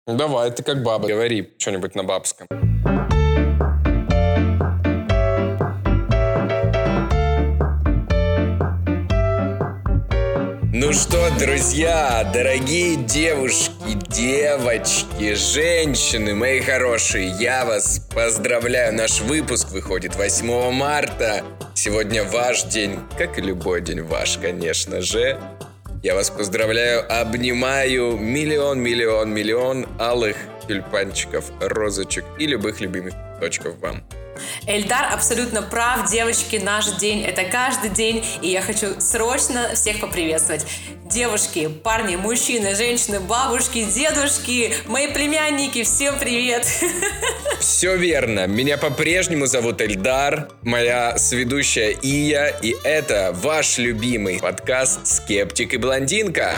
Давай, ты как баба. Говори что-нибудь на бабском. Ну что, друзья, дорогие девушки, девочки, женщины, мои хорошие, я вас поздравляю. Наш выпуск выходит 8 марта. Сегодня ваш день, как и любой день ваш, конечно же. Я вас поздравляю, обнимаю, миллион алых тюльпанчиков, розочек и любых любимых цветочков вам. Эльдар абсолютно прав, девочки, наш день – это каждый день, и я хочу срочно всех поприветствовать. Девушки, парни, мужчины, женщины, бабушки, дедушки, мои племянники, всем привет! Все верно, меня по-прежнему зовут Эльдар, моя сведущая Ия, и это ваш любимый подкаст «Скептик и блондинка».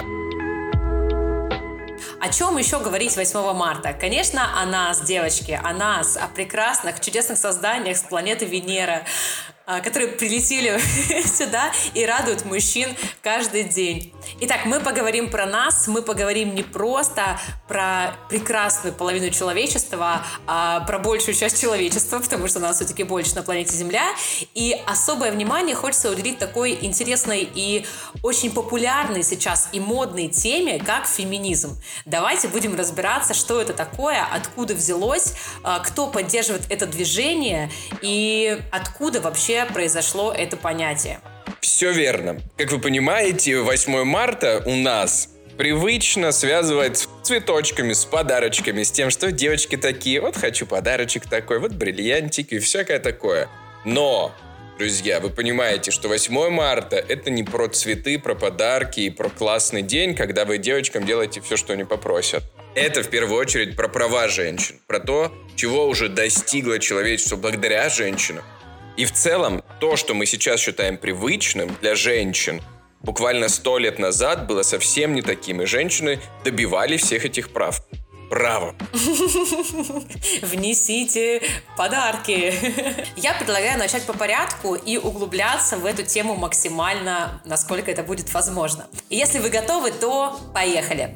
О чем еще говорить 8 марта? Конечно, о нас, девочки, о нас, о прекрасных, чудесных созданиях с планеты Венера, которые прилетели сюда и радуют мужчин каждый день. Итак, мы поговорим про нас, мы поговорим не просто про прекрасную половину человечества, а про большую часть человечества, потому что нас все-таки больше на планете Земля. И особое внимание хочется уделить такой интересной и очень популярной сейчас и модной теме, как феминизм. Давайте будем разбираться, что это такое, откуда взялось, кто поддерживает это движение и откуда вообще произошло это понятие. Все верно. Как вы понимаете, 8 марта у нас привычно связывать с цветочками, с подарочками, с тем, что девочки такие, вот хочу подарочек такой, вот бриллиантики и всякое такое. Но, друзья, вы понимаете, что 8 марта это не про цветы, про подарки и про классный день, когда вы девочкам делаете все, что они попросят. Это в первую очередь про права женщин, про то, чего уже достигло человечество благодаря женщинам. И в целом, то, что мы сейчас считаем привычным для женщин, буквально 100 лет назад было совсем не таким, и женщины добивали всех этих прав. Браво! Внесите подарки! Я предлагаю начать по порядку и углубляться в эту тему максимально, насколько это будет возможно. И если вы готовы, то поехали!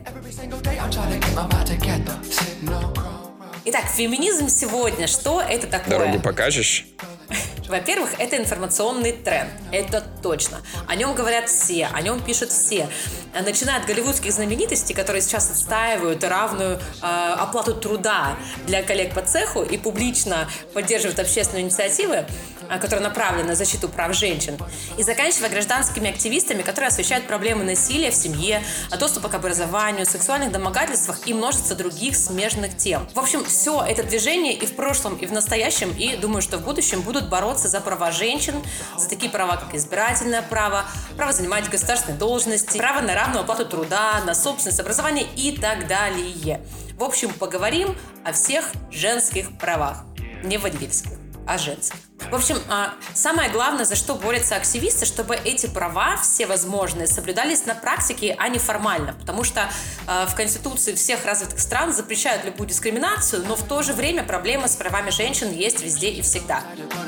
Итак, феминизм сегодня, что это такое? Дорогу покажешь? Во-первых, это информационный тренд, это точно. О нем говорят все, о нем пишут все. Начиная от голливудских знаменитостей, которые сейчас отстаивают равную оплату труда для коллег по цеху и публично поддерживают общественные инициативы, которые направлены на защиту прав женщин, и заканчивая гражданскими активистами, которые освещают проблемы насилия в семье, доступа к образованию, сексуальных домогательствах и множество других смежных тем. В общем, все это движение и в прошлом, и в настоящем, и думаю, что в будущем будут бороться за права женщин, за такие права, как избирательное право, право занимать государственные должности, право на равную оплату труда, на собственность, образование и так далее. В общем, поговорим о всех женских правах, не водительских, а женских. В общем, самое главное, за что борются активисты, чтобы эти права всевозможные соблюдались на практике, а не формально. Потому что в Конституции всех развитых стран запрещают любую дискриминацию, но в то же время проблема с правами женщин есть везде и всегда.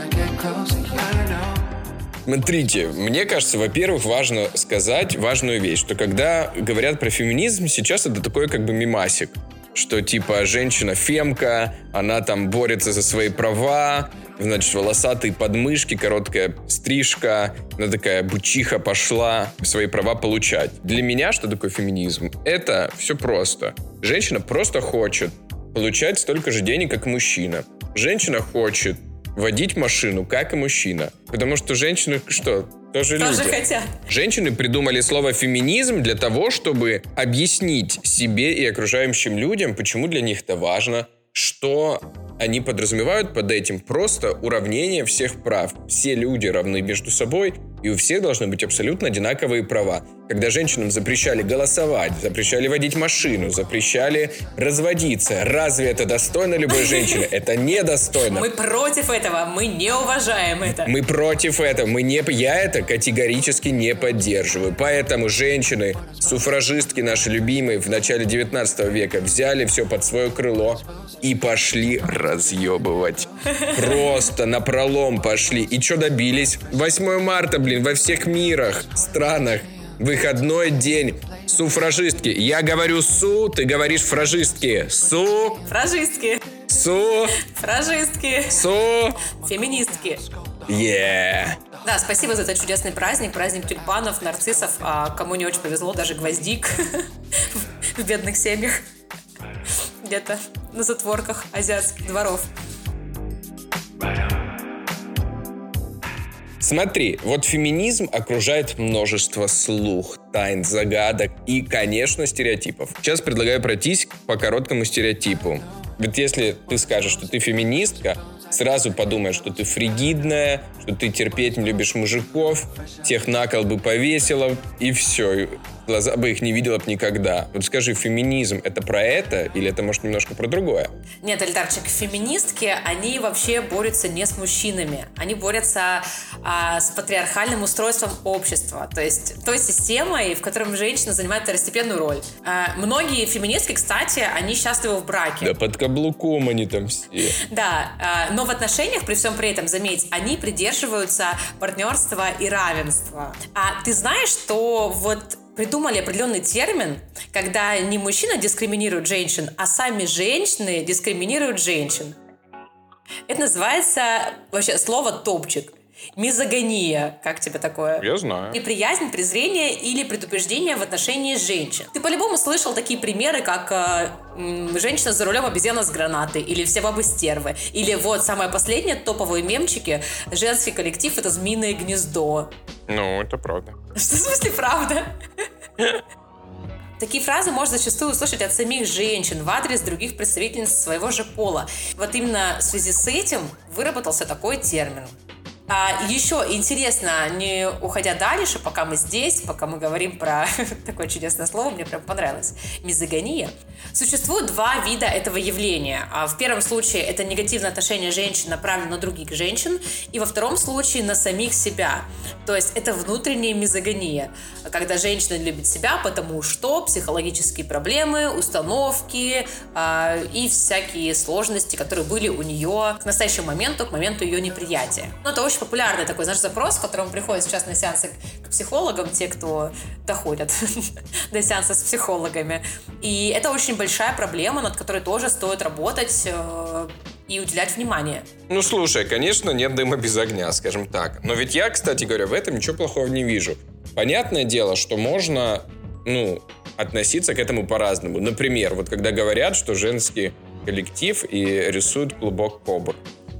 Смотрите, мне кажется, во-первых, важно сказать важную вещь, что когда говорят про феминизм, сейчас это такой как бы мемасик, что типа женщина-фемка, она там борется за свои права, значит, волосатые подмышки, короткая стрижка, она такая бучиха пошла свои права получать. Для меня что такое феминизм? Это все просто. Женщина просто хочет получать столько же денег, как и мужчина. Женщина хочет водить машину, как и мужчина. Потому что женщины что? Тоже люди. Хотят. Женщины придумали слово «феминизм» для того, чтобы объяснить себе и окружающим людям, почему для них это важно, что они подразумевают под этим просто уравнение всех прав. Все люди равны между собой, и у всех должны быть абсолютно одинаковые права. Когда женщинам запрещали голосовать, запрещали водить машину, запрещали разводиться, разве это достойно любой женщины? Это недостойно. Мы против этого, мы не уважаем это. Мы против этого, я это категорически не поддерживаю. Поэтому женщины, суфражистки наши любимые в начале 19 века взяли все под свое крыло и пошли разъебывать. Просто напролом пошли. И что добились? 8 марта, во всех мирах, странах, выходной день. Суфражистки. Я говорю су, ты говоришь фражистки. Су. Фражистки. Су. Фражистки. Су. Феминистки. Да, спасибо за этот чудесный праздник. Праздник тюльпанов, нарциссов. А кому не очень повезло, даже гвоздик в бедных семьях. Где-то на затворках азиатских дворов. Смотри, вот феминизм окружает множество слух, тайн, загадок и, конечно, стереотипов. Сейчас предлагаю пройтись по короткому стереотипу. Ведь если ты скажешь, что ты феминистка, сразу подумаешь, что ты фригидная, что ты терпеть не любишь мужиков, всех на кол бы повесила, и все. Глаза бы их не видела бы никогда. Вот скажи, феминизм — это про это или это, может, немножко про другое? Нет, Эльдарчик, феминистки, они вообще борются не с мужчинами. Они борются с патриархальным устройством общества. То есть той системой, в которой женщина занимает второстепенную роль. Многие феминистки, кстати, они счастливы в браке. Да под каблуком они там все. Да, но в отношениях, при всем при этом, заметь, они придерживаются партнерства и равенства. А ты знаешь, что вот придумали определенный термин, когда не мужчина дискриминирует женщин, а сами женщины дискриминируют женщин. Это называется вообще слово «топчик». Мизогония. Как тебе такое? Я знаю. Неприязнь, презрение или предубеждение в отношении женщин. Ты по-любому слышал такие примеры, как женщина за рулем, обезьяна с гранатой, или все бабы стервы, или вот самое последнее, топовые мемчики, женский коллектив — это змеиное гнездо. Ну, это правда. Что в смысле правда? Такие фразы можно зачастую услышать от самих женщин в адрес других представительниц своего же пола. Вот именно в связи с этим выработался такой термин. Еще интересно, не уходя дальше, пока мы здесь, пока мы говорим про такое чудесное слово, мне прям понравилось, мизогония. Существует два вида этого явления. В первом случае это негативное отношение женщин направлено на других женщин, и во втором случае на самих себя. То есть это внутренняя мизогония, когда женщина любит себя, потому что психологические проблемы, установки и всякие сложности, которые были у нее к настоящему моменту, к моменту ее неприятия. Но это очень популярный такой, знаешь, запрос, к которому приходят сейчас на сеансы к психологам, те, кто доходят до сеанса с психологами. И это очень большая проблема, над которой тоже стоит работать и уделять внимание. Ну, слушай, конечно, нет дыма без огня, скажем так. Но ведь я, кстати говоря, в этом ничего плохого не вижу. Понятное дело, что можно, относиться к этому по-разному. Например, вот когда говорят, что женский коллектив и рисуют клубок кобр.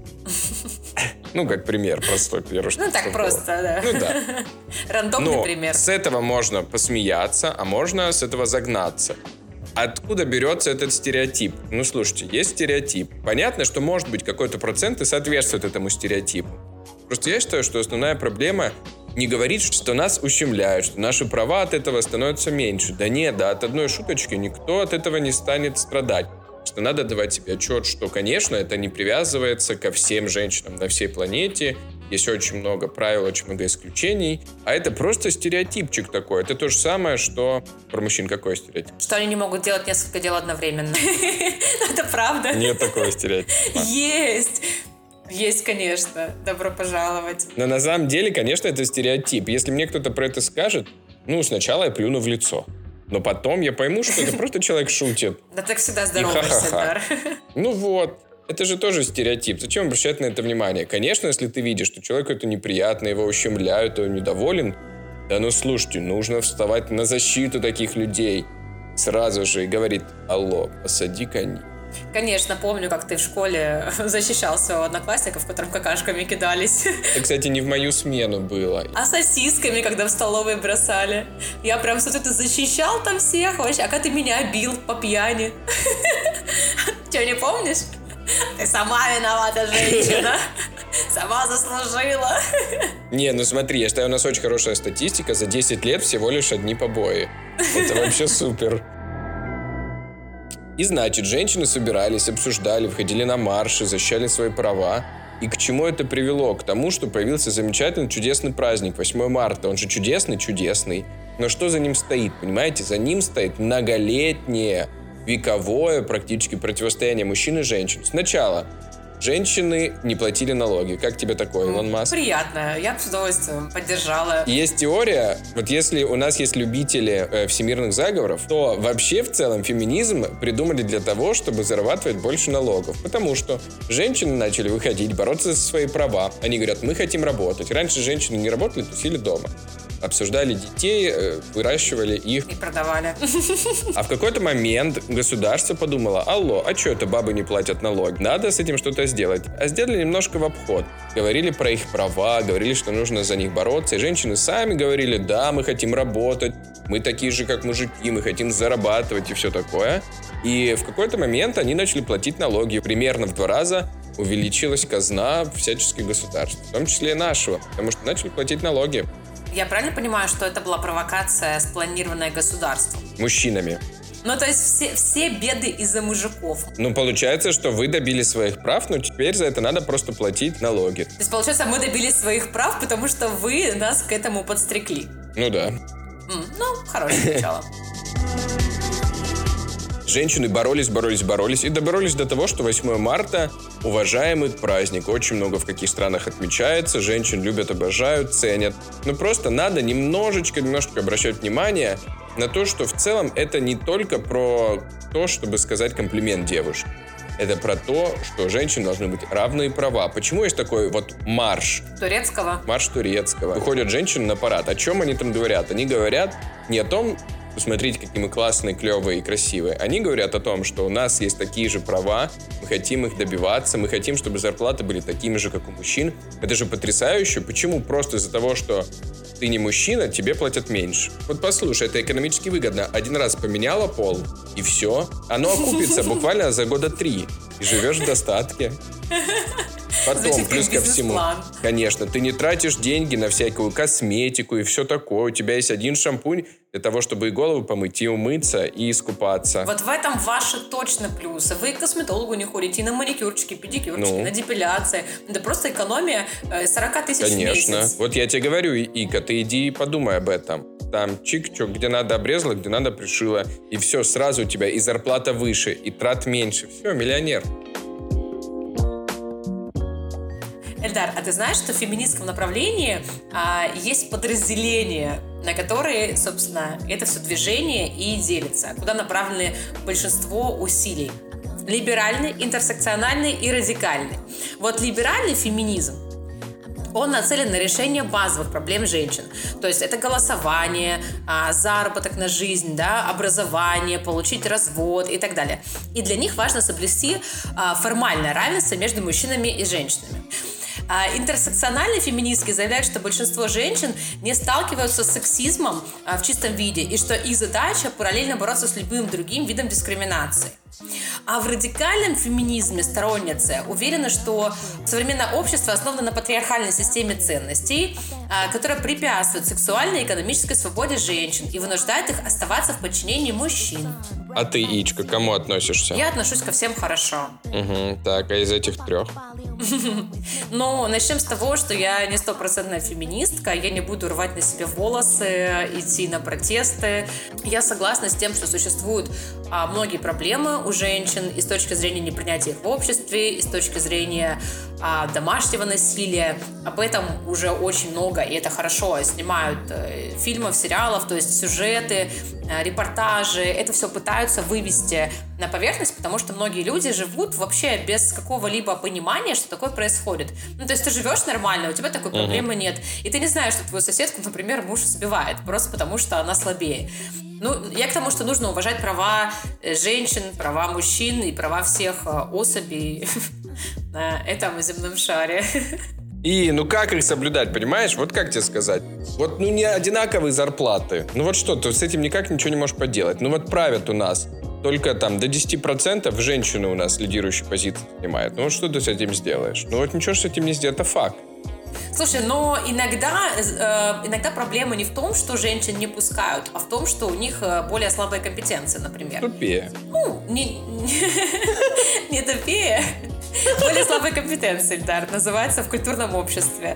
Как пример простой. Так просто, да. Да. Рандомный пример. С этого можно посмеяться, а можно с этого загнаться. Откуда берется этот стереотип? Слушайте, есть стереотип. Понятно, что может быть какой-то процент и соответствует этому стереотипу. Просто я считаю, что основная проблема не говорить, что нас ущемляют, что наши права от этого становятся меньше. Да нет, от одной шуточки никто от этого не станет страдать. Что надо давать себе отчет, что, конечно, это не привязывается ко всем женщинам на всей планете. Есть очень много правил, очень много исключений. А это просто стереотипчик такой. Это то же самое, что... Про мужчин какой стереотип? Что они не могут делать несколько дел одновременно. Это правда. Нет такого стереотипа. Есть, конечно. Добро пожаловать. Но на самом деле, конечно, это стереотип. Если мне кто-то про это скажет, сначала я плюну в лицо. Но потом я пойму, что это просто человек шутит. Да так всегда здороваешься, Дар. Это же тоже стереотип. Зачем обращать на это внимание? Конечно, если ты видишь, что человеку это неприятно, его ущемляют, он недоволен, слушайте, нужно вставать на защиту таких людей. Сразу же и говорит: алло, посади коней. Конечно, помню, как ты в школе защищал своего одноклассника, в котором какашками кидались. Это, кстати, не в мою смену было. А сосисками, когда в столовой бросали. Я прям что-то ты защищал там всех вообще. А когда ты меня бил по пьяни. Че, не помнишь? Ты сама виновата, женщина. Сама заслужила. Не, смотри, я считаю, у нас очень хорошая статистика. За 10 лет всего лишь одни побои. Это вообще супер. И значит, женщины собирались, обсуждали, входили на марши, защищали свои права. И к чему это привело? К тому, что появился замечательный, чудесный праздник 8 марта. Он же чудесный. Но что за ним стоит, понимаете? За ним стоит многолетнее, вековое практически противостояние мужчин и женщин. Сначала женщины не платили налоги. Как тебе такое, Илон Маск? Приятно, я бы с удовольствием поддержала. Есть теория, вот если у нас есть любители всемирных заговоров, то вообще в целом феминизм придумали для того, чтобы зарабатывать больше налогов. Потому что женщины начали выходить, бороться за свои права. Они говорят, мы хотим работать. Раньше женщины не работали, тусили дома. Обсуждали детей, выращивали их. И продавали. А в какой-то момент государство подумало, алло, а что это бабы не платят налоги? Надо с этим что-то сделать. А сделали немножко в обход. Говорили про их права, говорили, что нужно за них бороться. И женщины сами говорили, да, мы хотим работать, мы такие же, как мужики, мы хотим зарабатывать и все такое. И в какой-то момент они начали платить налоги. Примерно в 2 раза увеличилась казна всяческих государств, в том числе и нашего, потому что начали платить налоги. Я правильно понимаю, что это была провокация, спланированная государством? Мужчинами. Ну, то есть все беды из-за мужиков. Ну, получается, что вы добились своих прав, но теперь за это надо просто платить налоги. То есть, получается, мы добились своих прав, потому что вы нас к этому подстрекли. Ну да. Ну, хорошее начало. Женщины боролись и доборолись до того, что 8 марта уважаемый праздник. Очень много в каких странах отмечается. Женщин любят, обожают, ценят. Но просто надо немножечко обращать внимание на то, что в целом это не только про то, чтобы сказать комплимент девушке. Это про то, что женщины должны быть равные права. Почему есть такой вот марш? Турецкого. Марш турецкого. Выходят женщины на парад. О чем они там говорят? Они говорят не о том, посмотрите, какие мы классные, клевые и красивые. Они говорят о том, что у нас есть такие же права, мы хотим их добиваться, мы хотим, чтобы зарплаты были такими же, как у мужчин. Это же потрясающе. Почему просто из-за того, что ты не мужчина, тебе платят меньше? Вот послушай, это экономически выгодно. 1 раз поменяла пол, и все. Оно окупится буквально за 3 года. И живешь в достатке. Потом, звучит плюс как ко всему, бизнес-план. конечно, ты не тратишь деньги на всякую косметику и все такое. У тебя есть 1 шампунь для того, чтобы и голову помыть, и умыться, и искупаться. Вот в этом ваши точно плюсы. Вы к косметологу не ходите, и на маникюрчики, педикюрчики, на депиляции. Это просто экономия 40 тысяч в Конечно. месяц. Вот я тебе говорю, Ика, ты иди и подумай об этом. Там чик-чок, где надо обрезала, где надо пришила. И все, сразу у тебя и зарплата выше, и трат меньше. Все, миллионер. Эльдар, а ты знаешь, что в феминистском направлении есть подразделения, на которые, собственно, это все движение и делится, куда направлены большинство усилий? Либеральный, интерсекциональный и радикальный. Вот либеральный феминизм, он нацелен на решение базовых проблем женщин. То есть это голосование, заработок на жизнь, да, образование, получить развод и так далее. И для них важно соблюсти формальное равенство между мужчинами и женщинами. Интерсекциональные феминистки заявляют, что большинство женщин не сталкиваются с сексизмом в чистом виде, и что их задача параллельно бороться с любым другим видом дискриминации. А в радикальном феминизме сторонницы уверены, что современное общество основано на патриархальной системе ценностей, которая препятствует сексуальной и экономической свободе женщин и вынуждает их оставаться в подчинении мужчин. А ты, Ичка, к кому относишься? Я отношусь ко всем хорошо. Так, а из этих 3? Ну, начнем с того, что я не 100% феминистка, я не буду рвать на себе волосы, идти на протесты. Я согласна с тем, что существуют многие проблемы у женщин и с точки зрения непринятия их в обществе, и с точки зрения домашнего насилия. Об этом уже очень много, и это хорошо. Снимают фильмов, сериалов, то есть сюжеты, репортажи. Это все пытаются вывести на поверхность, потому что многие люди живут вообще без какого-либо понимания, что такое происходит. Ну, то есть ты живешь нормально, у тебя такой проблемы нет. И ты не знаешь, что твою соседку, например, муж избивает, просто потому что она слабее. Ну, я к тому, что нужно уважать права женщин, права мужчин и права всех особей на этом земном шаре. И, ну как их соблюдать, понимаешь? Вот как тебе сказать? Вот, ну не одинаковые зарплаты. Ну вот что, ты с этим никак ничего не можешь поделать. Ну вот правят у нас. Только там до 10% женщины у нас лидирующие позиции занимают. Ну вот что ты с этим сделаешь? Ну вот ничего с этим не сделать, это факт. Слушай, но иногда проблема не в том, что женщин не пускают, а в том, что у них более слабая компетенция, например. Тупее. Ну, не тупее. Более слабая компетенция, Эльдар, называется в культурном обществе.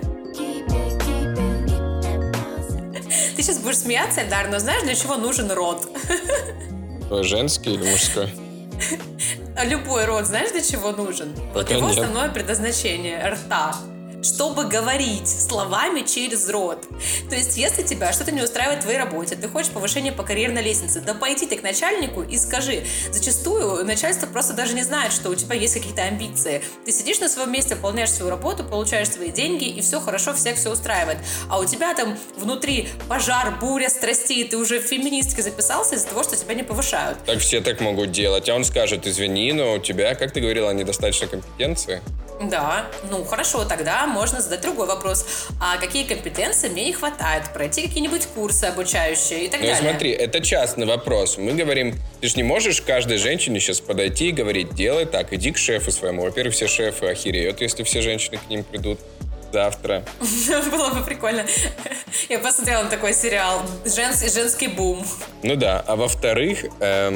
Ты сейчас будешь смеяться, Эльдар, но знаешь, для чего нужен род? Женский или мужской? любой рот, знаешь, для чего нужен? Вот его основное предназначение — рта. Чтобы говорить словами через рот. То есть, если тебя что-то не устраивает в твоей работе, ты хочешь повышения по карьерной лестнице, да пойди ты к начальнику и скажи. Зачастую начальство просто даже не знает, что у тебя есть какие-то амбиции. Ты сидишь на своем месте, выполняешь свою работу, получаешь свои деньги, и все хорошо, всех все устраивает. А у тебя там внутри пожар, буря страстей, ты уже в феминистке записался из-за того, что тебя не повышают. Так все так могут делать. А он скажет: извини, но у тебя, как ты говорила, недостаточно компетенции. Да, ну хорошо, тогда можно задать другой вопрос. А какие компетенции мне не хватает? Пройти какие-нибудь курсы обучающие и так далее? Ну смотри, это частный вопрос. Мы говорим, ты же не можешь каждой женщине сейчас подойти и говорить: делай так, иди к шефу своему. Во-первых, все шефы охереют, если все женщины к ним придут завтра. Было бы прикольно. Я посмотрела на такой сериал «Женский бум». Ну да, а во-вторых,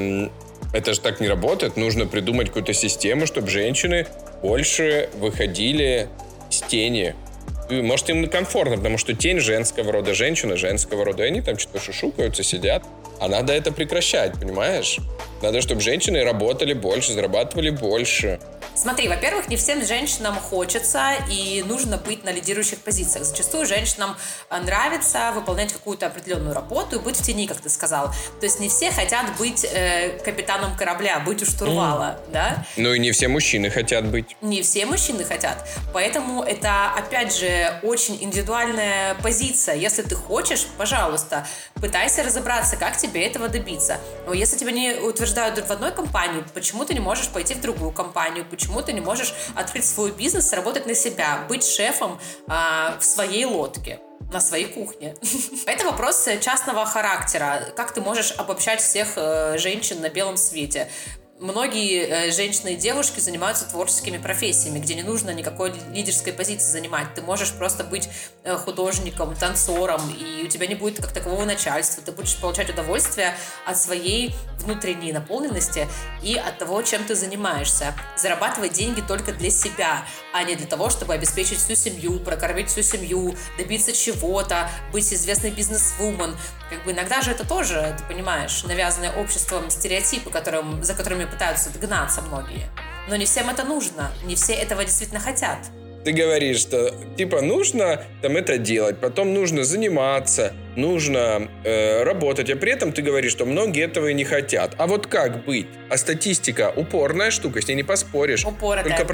это же так не работает. Нужно придумать какую-то систему, чтобы женщины больше выходили с тени. И, может, им комфортно, потому что тень женского рода, женщина женского рода, и они там что-то шушукаются, сидят. А надо это прекращать, понимаешь? Надо, чтобы женщины работали больше, зарабатывали больше. Смотри, во-первых, не всем женщинам хочется и нужно быть на лидирующих позициях. Зачастую женщинам нравится выполнять какую-то определенную работу и быть в тени, как ты сказал. То есть не все хотят быть капитаном корабля, быть у штурвала, да? Ну и не все мужчины хотят быть. Не все мужчины хотят. Поэтому это, опять же, очень индивидуальная позиция. Если ты хочешь, пожалуйста, пытайся разобраться, как тебе этого добиться. Но если тебя не утверждают в одной компании, почему ты не можешь пойти в другую компанию? Почему ты не можешь открыть свой бизнес, работать на себя, быть шефом в своей лодке, на своей кухне? Это вопрос частного характера. Как ты можешь обобщать всех женщин на белом свете? Многие женщины и девушки занимаются творческими профессиями, где не нужно никакой лидерской позиции занимать. Ты можешь просто быть художником, танцором, и у тебя не будет как такового начальства. Ты будешь получать удовольствие от своей внутренней наполненности и от того, чем ты занимаешься. Зарабатывать деньги только для себя, а не для того, чтобы обеспечить всю семью, прокормить всю семью, добиться чего-то, быть известной бизнес-вумен. Как бы иногда же это тоже, ты понимаешь, навязанные обществом стереотипы, за которыми пытаются гнаться многие. Но не всем это нужно, не все этого действительно хотят. Ты говоришь, что типа нужно там это делать, потом нужно заниматься, нужно работать, а при этом ты говоришь, что многие этого и не хотят. А вот как быть? А статистика упорная штука, с ней не поспоришь. Упоротая. Только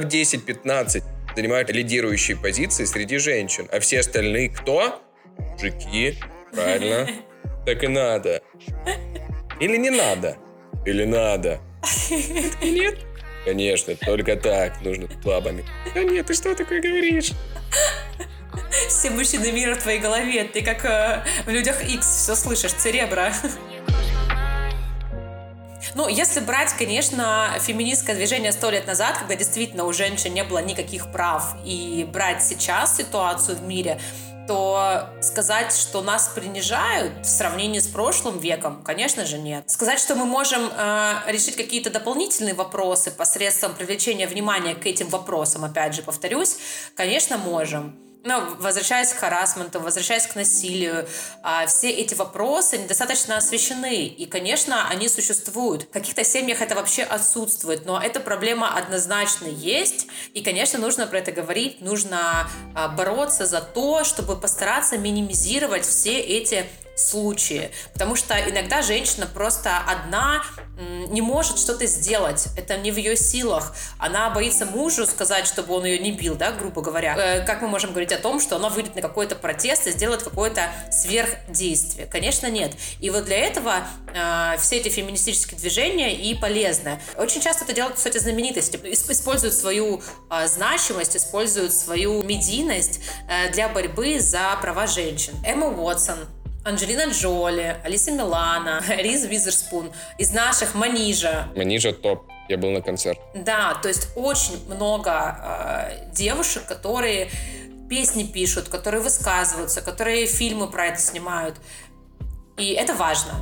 10-15% занимают лидирующие позиции среди женщин, а все остальные кто? Мужики. Правильно. Так и надо. Или не надо? Или надо? Нет. Конечно, только так нужно бабами. Да нет, ты что такое говоришь? Все мужчины мира в твоей голове. Ты как в «Людях Икс» все слышишь, церебро. Ну, если брать, конечно, феминистское движение 100 лет назад, когда действительно у женщин не было никаких прав, и брать сейчас ситуацию в мире, то сказать, что нас принижают в сравнении с прошлым веком, конечно же, нет. Сказать, что мы можем решить какие-то дополнительные вопросы посредством привлечения внимания к этим вопросам, опять же, повторюсь, конечно, можем. Но возвращаясь к харассменту, возвращаясь к насилию, все эти вопросы недостаточно освещены. И, конечно, они существуют. В каких-то семьях это вообще отсутствует, но эта проблема однозначно есть. И, конечно, нужно про это говорить, нужно бороться за то, чтобы постараться минимизировать все эти случаи. Потому что иногда женщина просто одна не может что-то сделать. Это не в ее силах. Она боится мужу сказать, чтобы он ее не бил, да, грубо говоря. Как мы можем говорить о том, что она выйдет на какой-то протест и сделает какое-то сверхдействие? Конечно, нет. И вот для этого все эти феминистические движения и полезны. Очень часто это делают, кстати, знаменитости. Используют свою значимость, используют свою медийность для борьбы за права женщин. Эмма Уотсон, Анджелина Джоли, Алиса Милана, Риз Уизерспун. Из наших Манижа. Манижа топ. Я был на концерте. Да, то есть очень много девушек, которые песни пишут, которые высказываются, которые фильмы про это снимают. И это важно.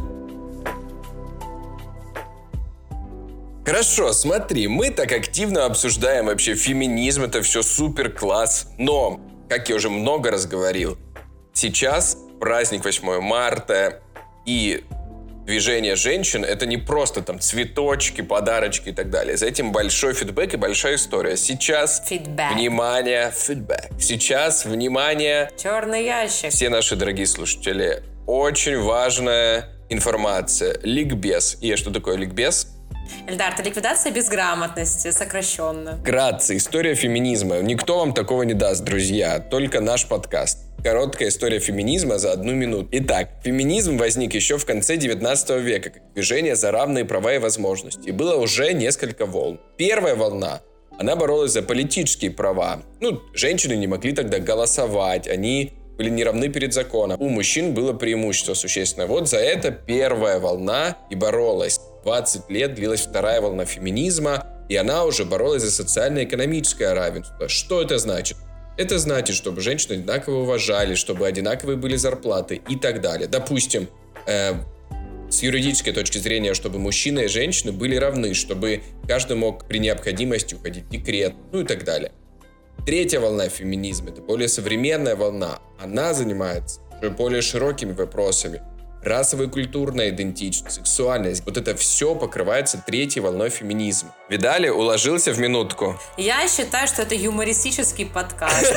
Хорошо, смотри, мы так активно обсуждаем вообще феминизм, это все супер класс. Но, как я уже много раз говорил, сейчас праздник 8 марта, и движение женщин — это не просто там цветочки, подарочки и так далее. За этим большой фидбэк и большая история. Сейчас, внимание, фидбэк. Сейчас, внимание, черный ящик. Все наши дорогие слушатели, очень важная информация. Ликбез. И что такое ликбез? Эльдар, это ликвидация безграмотности, сокращенно. Вкратце, история феминизма. Никто вам такого не даст, друзья. Только наш подкаст. Короткая история феминизма за 1 минуту. Итак, феминизм возник еще в конце 19 века, как движение за равные права и возможности. И было уже несколько волн. Первая волна, она боролась за политические права. Женщины не могли тогда голосовать, они были не равны перед законом. У мужчин было преимущество существенное. Вот за это первая волна и боролась. 20 лет длилась вторая волна феминизма, и она уже боролась за социально-экономическое равенство. Что это значит? Это значит, чтобы женщины одинаково уважали, чтобы одинаковые были зарплаты и так далее. Допустим, с юридической точки зрения, чтобы мужчина и женщина были равны, чтобы каждый мог при необходимости уходить в декрет, и так далее. Третья волна феминизма, это более современная волна. Она занимается уже более широкими вопросами. Расовая и культурная идентичность, сексуальность. Вот это все покрывается третьей волной феминизма. Видали? Уложился в минутку. Я считаю, что это юмористический подкаст.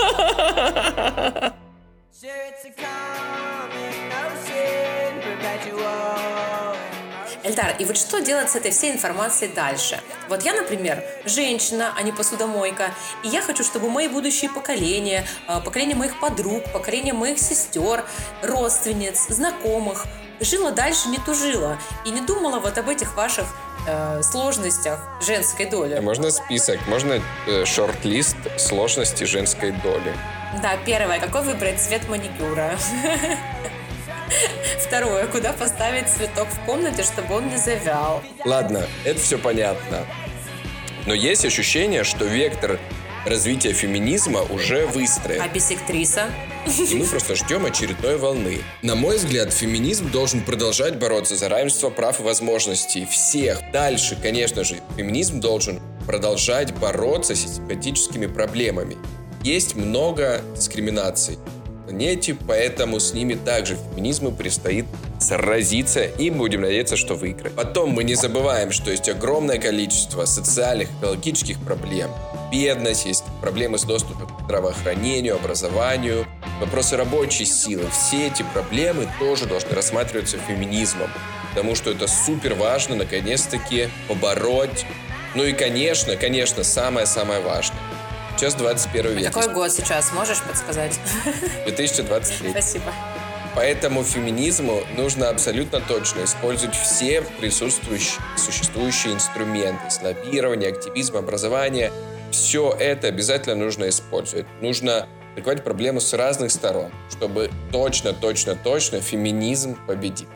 Эльдар, и вот что делать с этой всей информацией дальше? Вот я, например, женщина, а не посудомойка, и я хочу, чтобы мои будущие поколения, поколение моих подруг, поколение моих сестер, родственниц, знакомых, жило дальше, не тужило, и не думала вот об этих ваших сложностях женской доли. Можно список, можно шорт-лист сложностей женской доли. Да, первое, какой выбрать цвет маникюра? Второе, куда поставить цветок в комнате, чтобы он не завял. Ладно, это все понятно. Но есть ощущение, что вектор развития феминизма уже выстроен. А бисектриса? И мы просто ждем очередной волны. На мой взгляд, феминизм должен продолжать бороться за равенство прав и возможностей всех. Дальше, конечно же, феминизм должен продолжать бороться с систематическими проблемами. Есть много дискриминаций на планете, поэтому с ними также феминизму предстоит сразиться, и будем надеяться, что выиграть. Потом мы не забываем, что есть огромное количество социальных, экологических проблем. Бедность, есть проблемы с доступом к здравоохранению, образованию, вопросы рабочей силы. Все эти проблемы тоже должны рассматриваться феминизмом, потому что это супер важно, наконец-таки, побороть. Ну и, конечно, самое-самое важное. Сейчас 21 век. Какой год сейчас? Можешь подсказать? 2023. Спасибо. Поэтому феминизму нужно абсолютно точно использовать все существующие инструменты. Лоббирование, активизм, образование. Все это обязательно нужно использовать. Нужно прикрывать проблему с разных сторон, чтобы точно феминизм победил.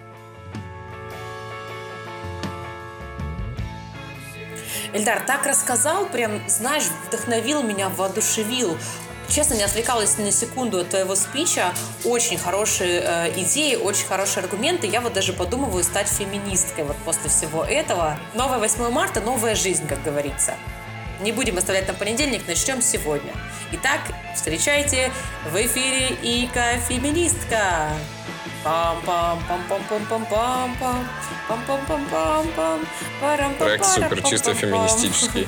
Эльдар, так рассказал, прям, знаешь, вдохновил меня, воодушевил. Честно, не отвлекалась ни на секунду от твоего спича. Очень хорошие идеи, очень хорошие аргументы. Я вот даже подумываю стать феминисткой вот после всего этого. Новое 8 марта, новая жизнь, как говорится. Не будем оставлять на понедельник, начнем сегодня. Итак, встречайте в эфире Ика Феминистка. Пам-пам-пам-пам-пам-пам-пам. Пам-пам-пам-пам-пам. Проект супер, чисто феминистический.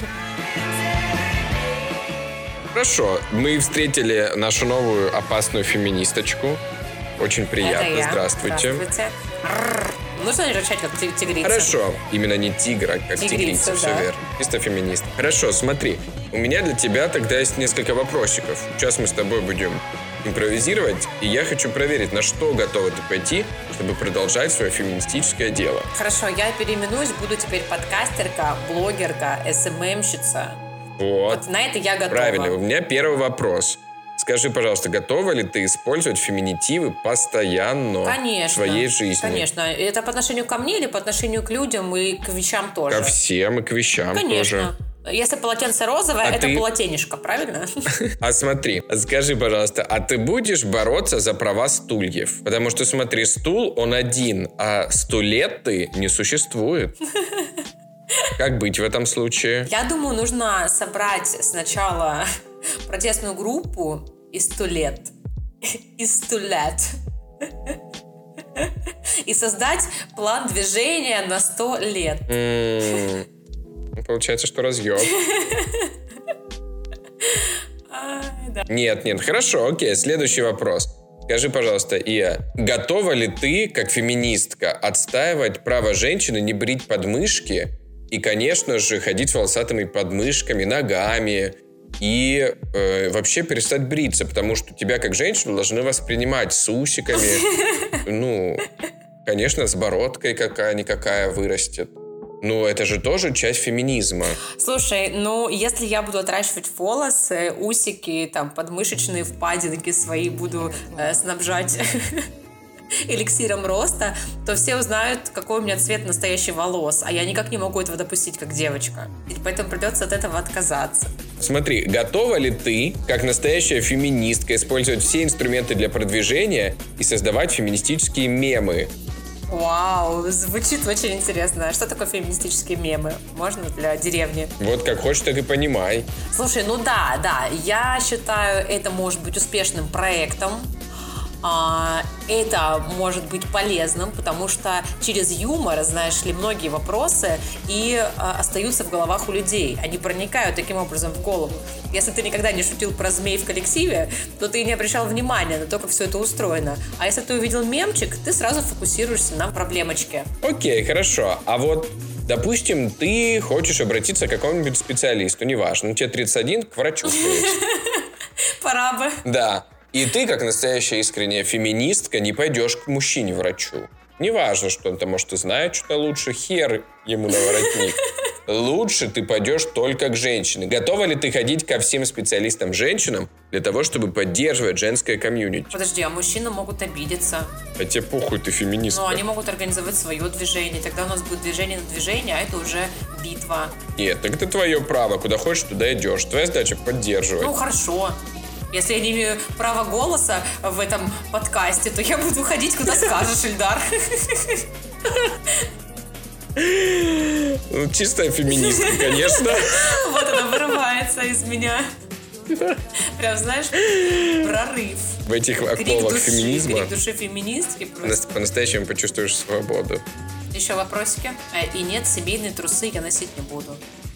Хорошо, мы встретили нашу новую опасную феминисточку. Очень приятно. Здравствуйте. Нужно не рычать, как тигрица. Хорошо, именно не тигр, а как тигрица, все верно. Чисто феминист. Хорошо, смотри, у меня для тебя тогда есть несколько вопросиков. Сейчас мы с тобой будем импровизировать, и я хочу проверить, на что готова ты пойти, чтобы продолжать свое феминистическое дело. Хорошо, я переименуюсь, буду теперь подкастерка, блогерка, СММщица. Вот на это я готова. Правильно, у меня первый вопрос. Скажи, пожалуйста, готова ли ты использовать феминитивы постоянно в своей жизни? Конечно. Это по отношению ко мне или по отношению к людям и к вещам тоже? Ко всем и к вещам тоже. Конечно. Если полотенце розовое, это полотенишко, правильно? А смотри, скажи, пожалуйста, а ты будешь бороться за права стульев? Потому что, смотри, стул, он один, а стулетты не существует. Как быть в этом случае? Я думаю, нужно собрать сначала протестную группу из 100 лет. И создать план движения на 100 лет. Получается, что разъеб. Да. Нет, хорошо, окей, следующий вопрос. Скажи, пожалуйста, Ия, готова ли ты, как феминистка, отстаивать право женщины не брить подмышки и, конечно же, ходить с волосатыми подмышками, ногами и вообще перестать бриться, потому что тебя, как женщину, должны воспринимать с усиками, конечно, с бородкой какая-никакая вырастет. Это же тоже часть феминизма. Слушай, если я буду отращивать волосы, усики, подмышечные впадинки свои буду снабжать эликсиром роста, то все узнают, какой у меня цвет настоящий волос, а я никак не могу этого допустить, как девочка. И поэтому придется от этого отказаться. Смотри, готова ли ты, как настоящая феминистка, использовать все инструменты для продвижения и создавать феминистические мемы? Вау, звучит очень интересно. Что такое феминистические мемы? Можно для деревни? Вот как хочешь, так и понимай. Слушай, да. Я считаю, это может быть успешным проектом. Это может быть полезным, потому что через юмор, знаешь ли, многие вопросы и остаются в головах у людей. Они проникают таким образом в голову. Если ты никогда не шутил про змей в коллективе, то ты не обращал внимания на то, как все это устроено. А если ты увидел мемчик, ты сразу фокусируешься на проблемочке. Окей, хорошо. А вот, допустим, ты хочешь обратиться к какому-нибудь специалисту, неважно, тебе 31, к врачу. Пора бы. Да. И ты, как настоящая искренняя феминистка, не пойдешь к мужчине-врачу. Неважно, что он там, может, и знает что-то лучше, хер ему на воротник. Лучше ты пойдешь только к женщине. Готова ли ты ходить ко всем специалистам-женщинам для того, чтобы поддерживать женское комьюнити? Подожди, а мужчины могут обидеться. А тебе похуй, ты феминистка. Они могут организовать свое движение. Тогда у нас будет движение на движение, а это уже битва. Нет, так это твое право. Куда хочешь, туда идешь. Твоя задача поддерживать. Хорошо. Если я не имею права голоса в этом подкасте, то я буду ходить, куда скажешь, Ильдар. Чистая феминистка, конечно. Вот она вырывается из меня. Прям, знаешь, прорыв. В этих оковах феминизма крик души феминистки просто. По-настоящему почувствуешь свободу. Еще вопросики? И нет, семейные трусы я носить не буду.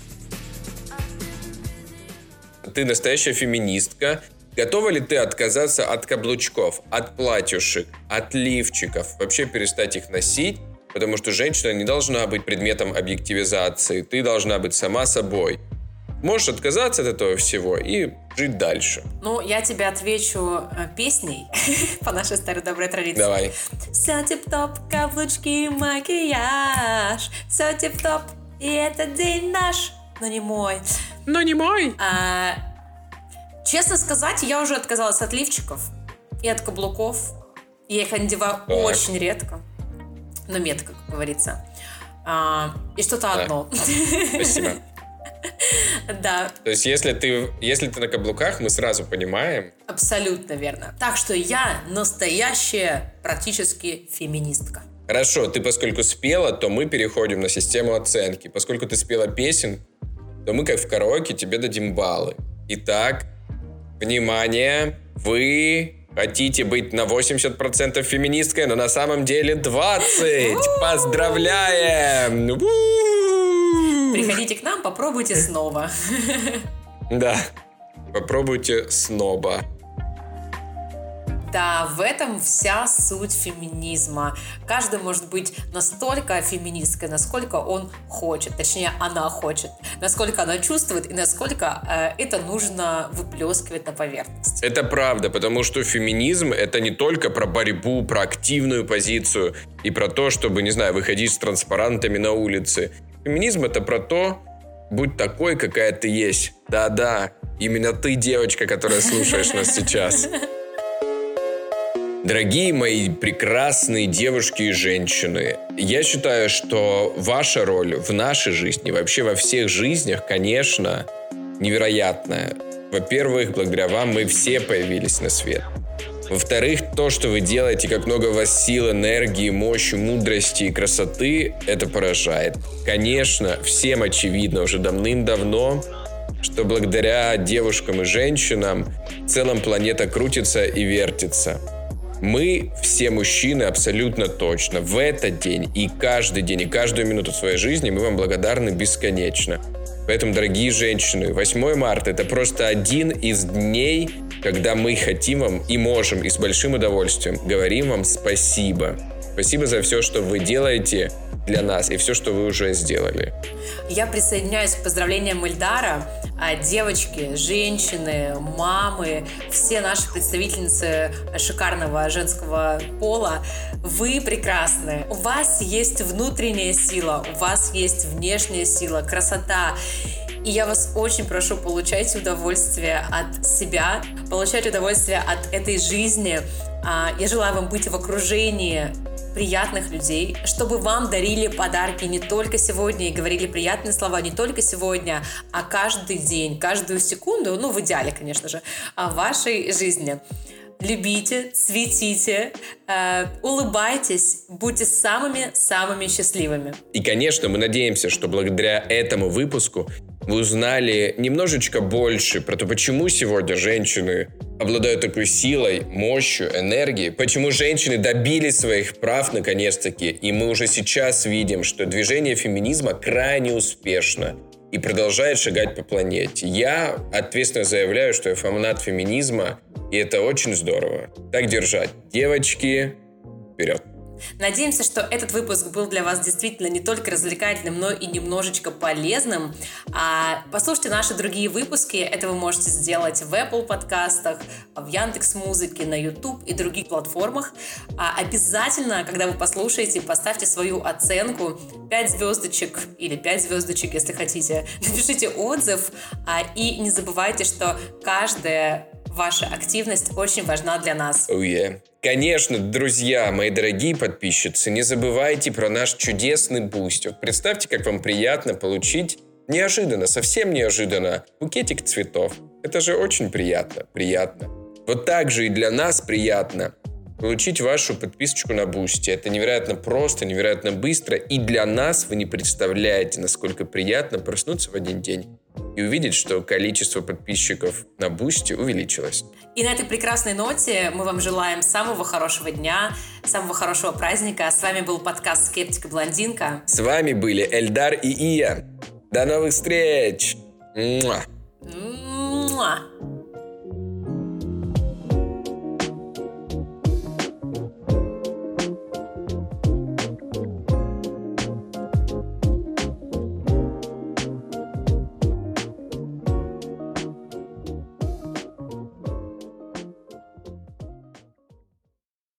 Ты настоящая феминистка. Готова ли ты отказаться от каблучков, от платьюшек, от лифчиков? Вообще перестать их носить? Потому что женщина не должна быть предметом объективизации. Ты должна быть сама собой. Можешь отказаться от этого всего и жить дальше. Я тебе отвечу песней по нашей старой доброй традиции. Давай. Все тип-топ, каблучки, макияж. Все тип-топ, и этот день наш, но не мой. Но не мой. Честно сказать, я уже отказалась от лифчиков и от каблуков. Я их надеваю очень редко, но метко, как говорится. И что-то одно. Спасибо. Да. То есть, если ты на каблуках, мы сразу понимаем. Абсолютно верно. Так что я настоящая практически феминистка. Хорошо, ты поскольку спела, то мы переходим на систему оценки. Поскольку ты спела песен, то мы, как в караоке, тебе дадим баллы. Итак, внимание, вы хотите быть на 80% феминисткой, но на самом деле 20%. Поздравляем! Приходите к нам, попробуйте снова. Да, попробуйте снова. Да, в этом вся суть феминизма. Каждый может быть настолько феминисткой, насколько он хочет. Точнее, она хочет. Насколько она чувствует и насколько это нужно выплескивать на поверхность. Это правда, потому что феминизм — это не только про борьбу, про активную позицию и про то, чтобы, не знаю, выходить с транспарантами на улице. Феминизм — это про то, будь такой, какая ты есть. Да-да, именно ты, девочка, которая слушаешь нас сейчас. Дорогие мои прекрасные девушки и женщины, я считаю, что ваша роль в нашей жизни, вообще во всех жизнях, конечно, невероятная. Во-первых, благодаря вам мы все появились на свет. Во-вторых, то, что вы делаете, как много у вас сил, энергии, мощи, мудрости и красоты, это поражает. Конечно, всем очевидно уже давным-давно, что благодаря девушкам и женщинам в целом планета крутится и вертится. Мы все мужчины абсолютно точно в этот день и каждую минуту своей жизни мы вам благодарны бесконечно. Поэтому, дорогие женщины, 8 марта – это просто один из дней, когда мы хотим вам и можем, и с большим удовольствием говорим вам спасибо. Спасибо за все, что вы делаете для нас, и все, что вы уже сделали. Я присоединяюсь к поздравлениям Эльдара. Девочки, женщины, мамы, все наши представительницы шикарного женского пола, вы прекрасны. У вас есть внутренняя сила, у вас есть внешняя сила, красота. И я вас очень прошу, получайте удовольствие от себя, получайте удовольствие от этой жизни. Я желаю вам быть в окружении приятных людей, чтобы вам дарили подарки не только сегодня и говорили приятные слова не только сегодня, а каждый день, каждую секунду, в идеале, конечно же, в вашей жизни. Любите, цветите, улыбайтесь, будьте самыми-самыми счастливыми. И, конечно, мы надеемся, что благодаря этому выпуску вы узнали немножечко больше про то, почему сегодня женщины обладают такой силой, мощью, энергией, почему женщины добились своих прав наконец-таки, и мы уже сейчас видим, что движение феминизма крайне успешно и продолжает шагать по планете. Я ответственно заявляю, что я фанат феминизма, и это очень здорово. Так держать. Девочки, вперед! Надеемся, что этот выпуск был для вас действительно не только развлекательным, но и немножечко полезным. Послушайте наши другие выпуски. Это вы можете сделать в Apple подкастах, в Яндекс.Музыке, на YouTube и других платформах. Обязательно, когда вы послушаете, поставьте свою оценку 5 звездочек или 5 звездочек, если хотите. Напишите отзыв и не забывайте, что каждая ваша активность очень важна для нас. Oh yeah. Конечно, друзья, мои дорогие подписчицы, не забывайте про наш чудесный бустер. Представьте, как вам приятно получить неожиданно, совсем неожиданно, букетик цветов. Это же очень приятно. Вот так же и для нас приятно получить вашу подписочку на Бусти. Это невероятно просто, невероятно быстро. И для нас вы не представляете, насколько приятно проснуться в один день и увидеть, что количество подписчиков на Бусти увеличилось. И на этой прекрасной ноте мы вам желаем самого хорошего дня, самого хорошего праздника. С вами был подкаст «Скептик и блондинка». С вами были Эльдар и Ия. До новых встреч! Муа! Муа!